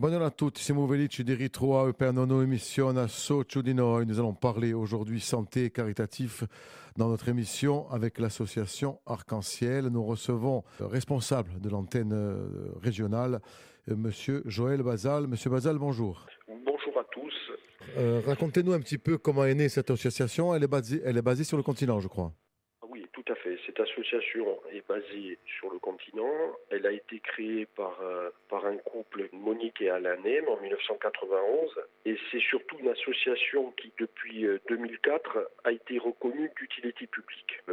Buongiorno a tutti, siamo felici di ritrovare per una nuova émission à Socio di Noi. Nous allons parler aujourd'hui santé caritatif dans notre émission avec l'association Arc-en-Ciel. Nous recevons le responsable de l'antenne régionale, Monsieur Joël Bazal. Monsieur Bazal, bonjour. Bonjour à tous. Racontez-nous un petit peu comment est née cette association. Elle est basée sur le continent, je crois. Oui, tout à fait. Cette association est basée sur le continent. Elle a été créée par un couple, Monique et Alain Nem, en 1991. Et c'est surtout une association qui, depuis 2004, a été reconnue d'utilité publique.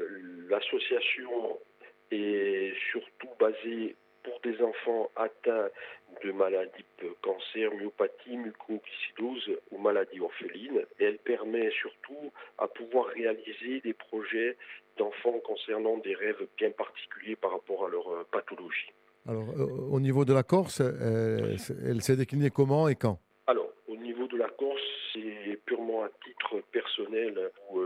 L'association est surtout basée pour des enfants atteints de maladies cancer, myopathie, mucoglycidose ou maladies orphelines. Et elle permet surtout à pouvoir réaliser des projets d'enfants concernant des rêves bien particuliers par rapport à leur pathologie. Alors, au niveau de la Corse, elle s'est déclinée comment et quand? Alors, au niveau de la Corse, c'est purement à titre personnel où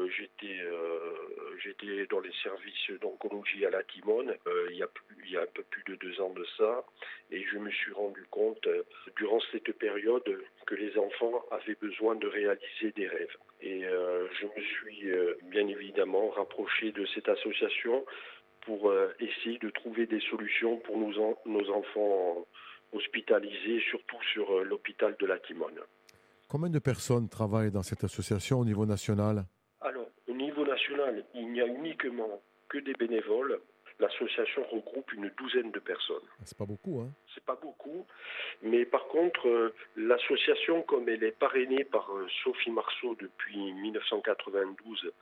j'étais dans les services d'oncologie à la Timone il y a un peu plus de 2 ans de ça, et je me suis rendu compte durant cette période que les enfants avaient besoin de réaliser des rêves. Et je me suis bien évidemment rapproché de cette association pour essayer de trouver des solutions pour nos enfants hospitalisés, surtout sur l'hôpital de la Timone. Combien de personnes travaillent dans cette association au niveau national? Alors, au niveau national, il n'y a uniquement que des bénévoles. L'association regroupe une 12aine de personnes. C'est pas beaucoup, hein? C'est pas beaucoup, mais par contre, l'association, comme elle est parrainée par Sophie Marceau depuis 1992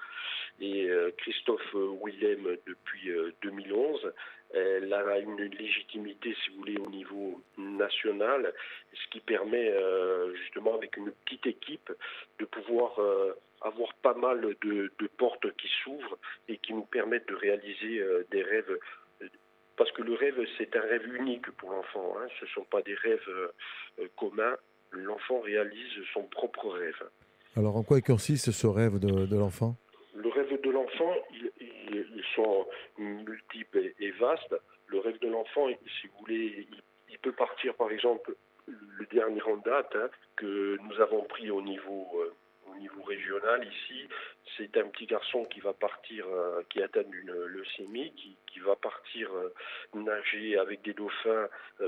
et Christophe Willem depuis 2011, elle a une légitimité, si vous voulez, au niveau national, ce qui permet justement, avec une petite équipe, de pouvoir avoir pas mal de portes qui s'ouvrent et qui nous permettent de réaliser des rêves. Parce que le rêve, c'est un rêve unique pour l'enfant, hein. Ce ne sont pas des rêves communs. L'enfant réalise son propre rêve. Alors, en quoi consiste ce rêve de l'enfant? Le rêve de l'enfant, ils sont multiples et vastes. Le rêve de l'enfant, si vous voulez, il peut partir, par exemple, le dernier en date que nous avons pris au niveau régional ici, c'est un petit garçon qui va partir, qui est atteint d'une leucémie, qui va partir nager avec des dauphins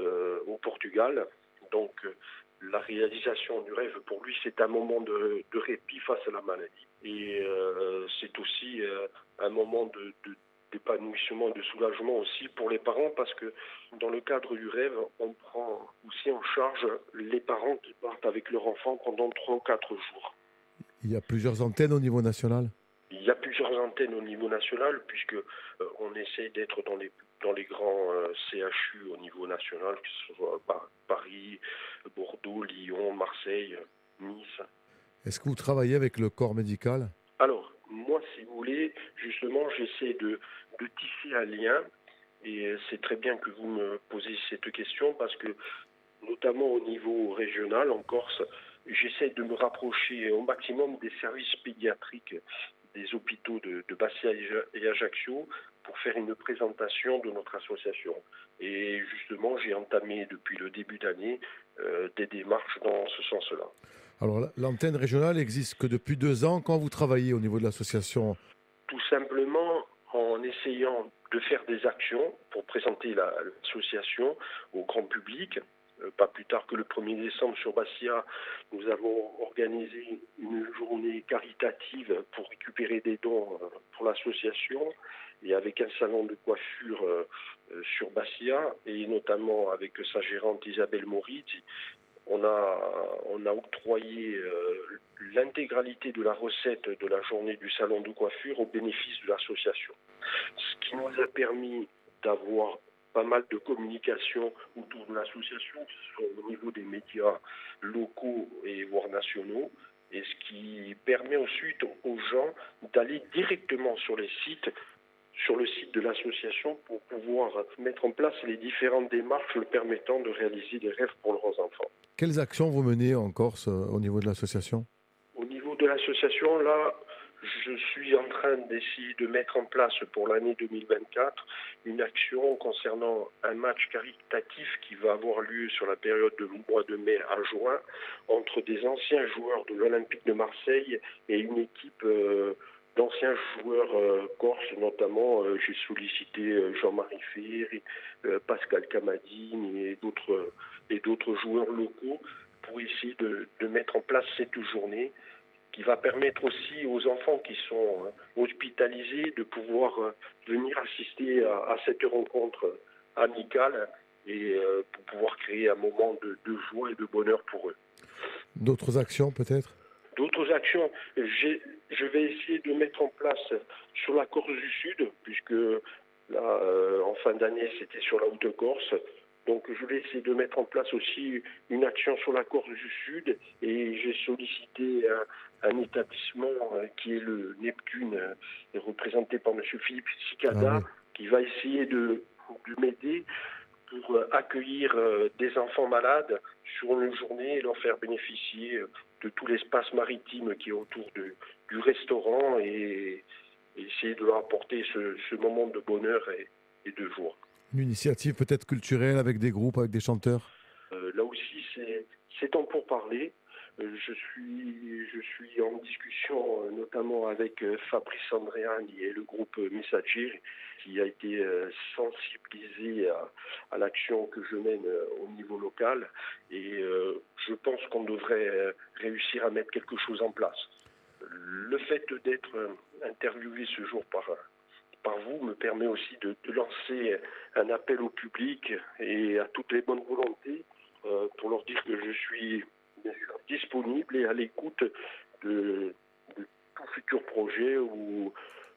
au Portugal. Donc la réalisation du rêve, pour lui, c'est un moment de répit face à la maladie. Et c'est aussi un moment d'épanouissement et de soulagement aussi pour les parents, parce que dans le cadre du rêve, on prend aussi en charge les parents qui partent avec leur enfant pendant 3 ou 4 jours. Il y a plusieurs antennes au niveau national? Il y a plusieurs antennes au niveau national, puisque on essaie d'être dans les grands CHU au niveau national, que ce soit Paris, Bordeaux, Lyon, Marseille, Nice. Est-ce que vous travaillez avec le corps médical? Alors, moi, si vous voulez, justement, j'essaie de tisser un lien, et c'est très bien que vous me posiez cette question, parce que, notamment au niveau régional, en Corse, j'essaie de me rapprocher au maximum des services pédiatriques des hôpitaux de Bastia et Ajaccio pour faire une présentation de notre association. Et justement, j'ai entamé depuis le début d'année des démarches dans ce sens-là. Alors, l'antenne régionale existe que depuis 2 ans. Quand vous travaillez au niveau de l'association? Tout simplement en essayant de faire des actions pour présenter l'association au grand public. Pas plus tard que le 1er décembre sur Bastia, nous avons organisé une journée caritative pour récupérer des dons pour l'association, et avec un salon de coiffure sur Bastia, et notamment avec sa gérante Isabelle Morizzi, on a octroyé l'intégralité de la recette de la journée du salon de coiffure au bénéfice de l'association. Ce qui nous a permis d'avoir pas mal de communication autour de l'association, que ce soit au niveau des médias locaux et voire nationaux, et ce qui permet ensuite aux gens d'aller directement sur le site de l'association pour pouvoir mettre en place les différentes démarches leur permettant de réaliser des rêves pour leurs enfants. Quelles actions vous menez en Corse au niveau de l'association? Au niveau de l'association, là, Je suis en train d'essayer de mettre en place pour l'année 2024 une action concernant un match caritatif qui va avoir lieu sur la période du mois de mai à juin entre des anciens joueurs de l'Olympique de Marseille et une équipe d'anciens joueurs corses, notamment j'ai sollicité Jean-Marie Ferry, Pascal Camadine et d'autres joueurs locaux pour essayer de mettre en place cette journée qui va permettre aussi aux enfants qui sont hospitalisés de pouvoir venir assister à cette rencontre amicale et pour pouvoir créer un moment de joie et de bonheur pour eux. D'autres actions peut-être? D'autres actions, je vais essayer de mettre en place sur la Corse du Sud, puisque là, en fin d'année, c'était sur la Haute-Corse. Donc je vais essayer de mettre en place aussi une action sur la Corse du Sud et j'ai sollicité un établissement qui est le Neptune, représenté par M. Philippe Cicada, qui va essayer de m'aider pour accueillir des enfants malades sur une journée et leur faire bénéficier de tout l'espace maritime qui est autour du restaurant et essayer de leur apporter ce moment de bonheur et de joie. Une initiative peut-être culturelle avec des groupes, avec des chanteurs? Là aussi, c'est en pourparlers. Je suis en discussion notamment avec Fabrice Andréani et le groupe Messager qui a été sensibilisé à l'action que je mène au niveau local et je pense qu'on devrait réussir à mettre quelque chose en place. Le fait d'être interviewé ce jour par vous me permet aussi de lancer un appel au public et à toutes les bonnes volontés pour leur dire que je suis bien sûr disponible et à l'écoute de tout futur projet ou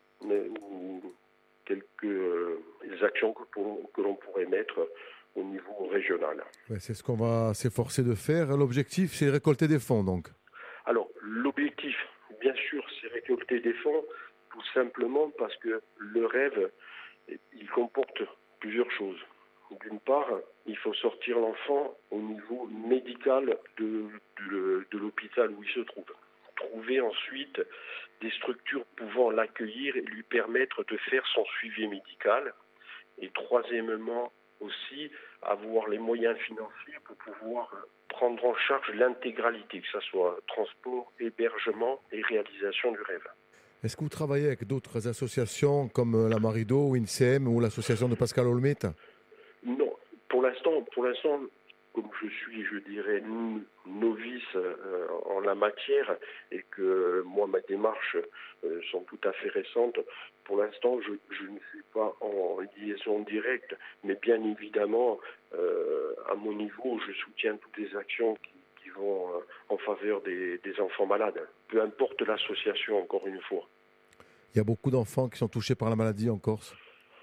quelques actions que l'on pourrait mettre au niveau régional. Ouais, c'est ce qu'on va s'efforcer de faire. L'objectif, c'est récolter des fonds donc. Alors, l'objectif, bien sûr, c'est récolter des fonds, tout simplement parce que le rêve, il comporte plusieurs choses. D'une part, il faut sortir l'enfant au niveau médical de l'hôpital où il se trouve. Trouver ensuite des structures pouvant l'accueillir et lui permettre de faire son suivi médical. Et troisièmement, aussi, avoir les moyens financiers pour pouvoir prendre en charge l'intégralité, que ce soit transport, hébergement et réalisation du rêve. Est-ce que vous travaillez avec d'autres associations comme la Marido ou INSEM ou l'association de Pascal Olmét? Non, pour l'instant, comme je suis, je dirais, novice en la matière et que moi, mes démarches sont tout à fait récentes, pour l'instant, je ne suis pas en liaison directe, mais bien évidemment, à mon niveau, je soutiens toutes les actions qui vont en faveur des enfants malades, peu importe l'association, encore une fois. Il y a beaucoup d'enfants qui sont touchés par la maladie en Corse?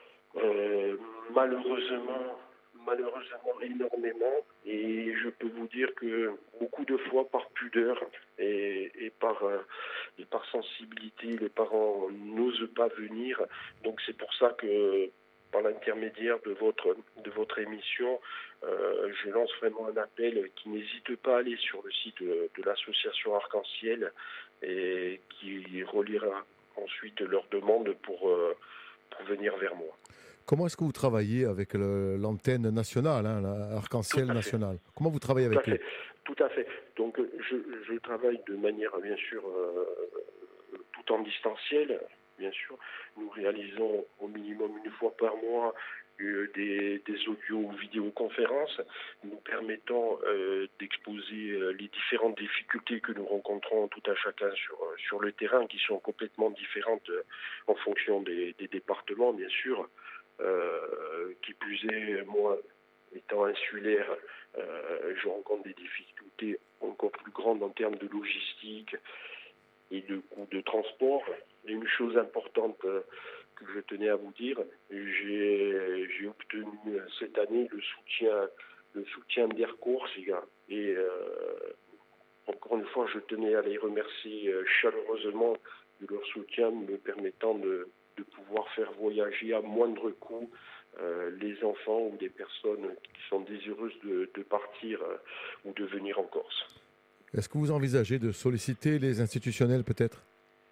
Malheureusement énormément, et je peux vous dire que beaucoup de fois par pudeur et par sensibilité, les parents n'osent pas venir. Donc c'est pour ça que par l'intermédiaire de votre émission, je lance vraiment un appel qui n'hésite pas à aller sur le site de l'association Arc-en-Ciel et qui reliera ensuite leur demande pour venir vers moi. Comment est-ce que vous travaillez avec l'antenne nationale, l'Arc-en-Ciel national? Comment vous travaillez avec eux? Tout à fait. Donc je travaille de manière bien sûr tout en distanciel. Bien sûr, nous réalisons au minimum une fois par mois des audio ou vidéoconférences nous permettant d'exposer les différentes difficultés que nous rencontrons tout à chacun sur le terrain, qui sont complètement différentes en fonction des départements, bien sûr. Qui plus est, moi, étant insulaire, je rencontre des difficultés encore plus grandes en termes de logistique et de coûts de transport. Et une chose importante que je tenais à vous dire, j'ai obtenu cette année le soutien d'Air Corsica. Et encore une fois, je tenais à les remercier chaleureusement de leur soutien me permettant de pouvoir faire voyager à moindre coût les enfants ou des personnes qui sont désireuses de partir ou de venir en Corse. Est-ce que vous envisagez de solliciter les institutionnels peut-être?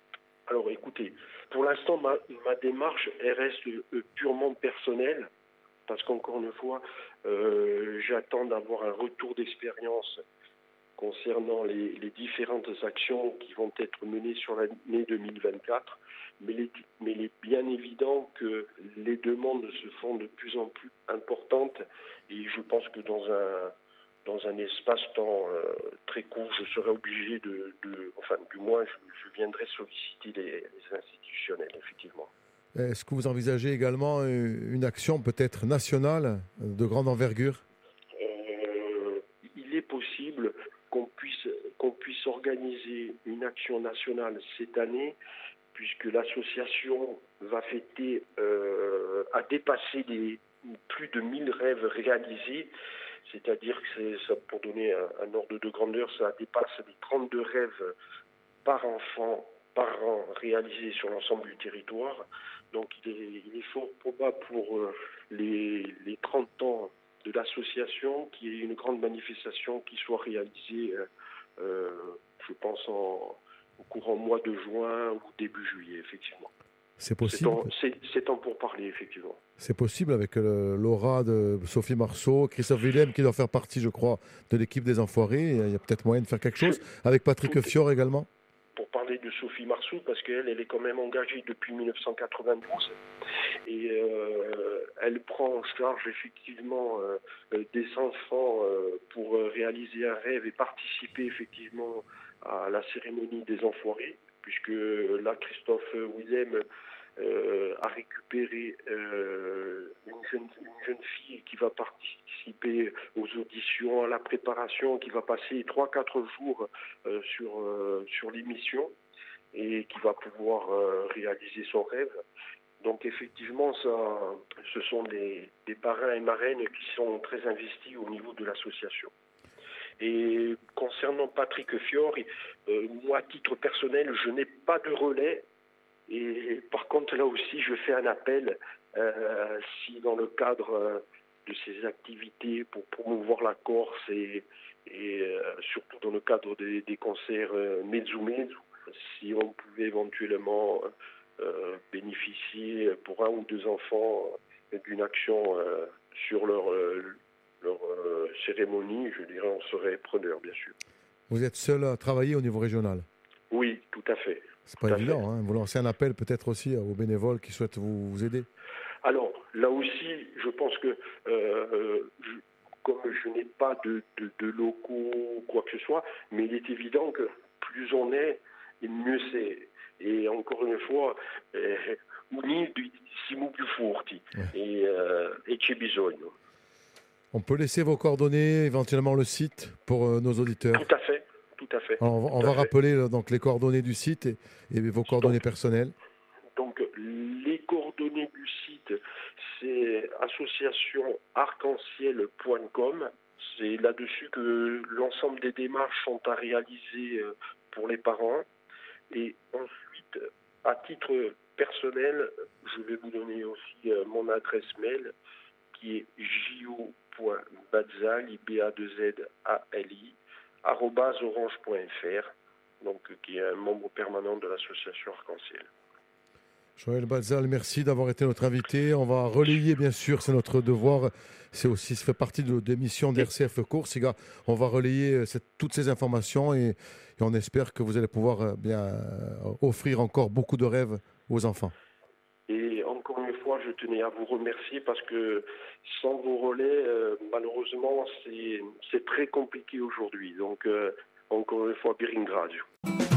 Alors écoutez, pour l'instant, ma démarche, elle reste purement personnelle, parce qu'encore une fois, j'attends d'avoir un retour d'expérience concernant les différentes actions qui vont être menées sur l'année 2024. Mais il est bien évident que les demandes se font de plus en plus importantes et je pense que dans un espace-temps très court, je serai obligé enfin du moins je viendrai solliciter les institutionnels, effectivement. Est-ce que vous envisagez également une action peut-être nationale de grande envergure ? Il est possible qu'on puisse organiser une action nationale cette année, puisque l'association va fêter, a dépassé plus de 1000 rêves réalisés, c'est-à-dire que pour donner un ordre de grandeur, ça dépasse les 32 rêves par enfant, par an réalisés sur l'ensemble du territoire. Donc il est fort probable pour les 30 ans de l'association qu'il y ait une grande manifestation qui soit réalisée, je pense, au courant mois de juin ou début juillet, effectivement. C'est possible. C'est temps pour parler, effectivement. C'est possible avec l'aura de Sophie Marceau, Christophe Willem qui doit faire partie, je crois, de l'équipe des Enfoirés. Il y a peut-être moyen de faire quelque chose avec Patrick Fior également. Pour parler de Sophie Marceau, parce qu'elle est quand même engagée depuis 1992 et elle prend en charge effectivement des enfants pour réaliser un rêve et participer effectivement à la cérémonie des Enfoirés, puisque là Christophe Willem a récupéré une jeune fille qui va participer aux auditions, à la préparation, qui va passer 3-4 jours sur l'émission et qui va pouvoir réaliser son rêve. Donc effectivement, ce sont des parrains et marraines qui sont très investis au niveau de l'association. Et concernant Patrick Fior, moi à titre personnel, je n'ai pas de relais. Et par contre, là aussi, je fais un appel, si dans le cadre de ces activités pour promouvoir la Corse et surtout dans le cadre des concerts Mezzu, si on pouvait éventuellement bénéficier pour un ou deux enfants d'une action sur leur cérémonie, je dirais, on serait preneur, bien sûr. Vous êtes seul à travailler au niveau régional ? Oui, tout à fait. C'est pas évident, hein. Vous lancez un appel peut-être aussi aux bénévoles qui souhaitent vous aider. Alors, là aussi, je pense que comme je n'ai pas de locaux ou quoi que ce soit, mais il est évident que plus on est, et mieux c'est. Et encore une fois, uni siamo più forti et c'è bisogno. On peut laisser vos coordonnées, éventuellement le site pour nos auditeurs. Tout à fait. Tout à fait. Alors, on va rappeler donc les coordonnées du site et vos coordonnées personnelles. Donc les coordonnées du site, c'est associationarc-en-ciel.com. C'est là-dessus que l'ensemble des démarches sont à réaliser pour les parents. Et ensuite, à titre personnel, je vais vous donner aussi mon adresse mail qui est jo.bazzali, B-A-2-Z-A-L-I, @orange.fr, donc qui est un membre permanent de l'association Arc-en-Ciel. Joël Balzal, merci d'avoir été notre invité. On va relayer, bien sûr, c'est notre devoir. Ça fait partie des missions d'RCF Corse. On va relayer toutes ces informations et on espère que vous allez pouvoir offrir encore beaucoup de rêves aux enfants. Et encore une fois, je tenais à vous remercier parce que sans vos relais, malheureusement, c'est très compliqué aujourd'hui. Donc, encore une fois, bir ringrazio.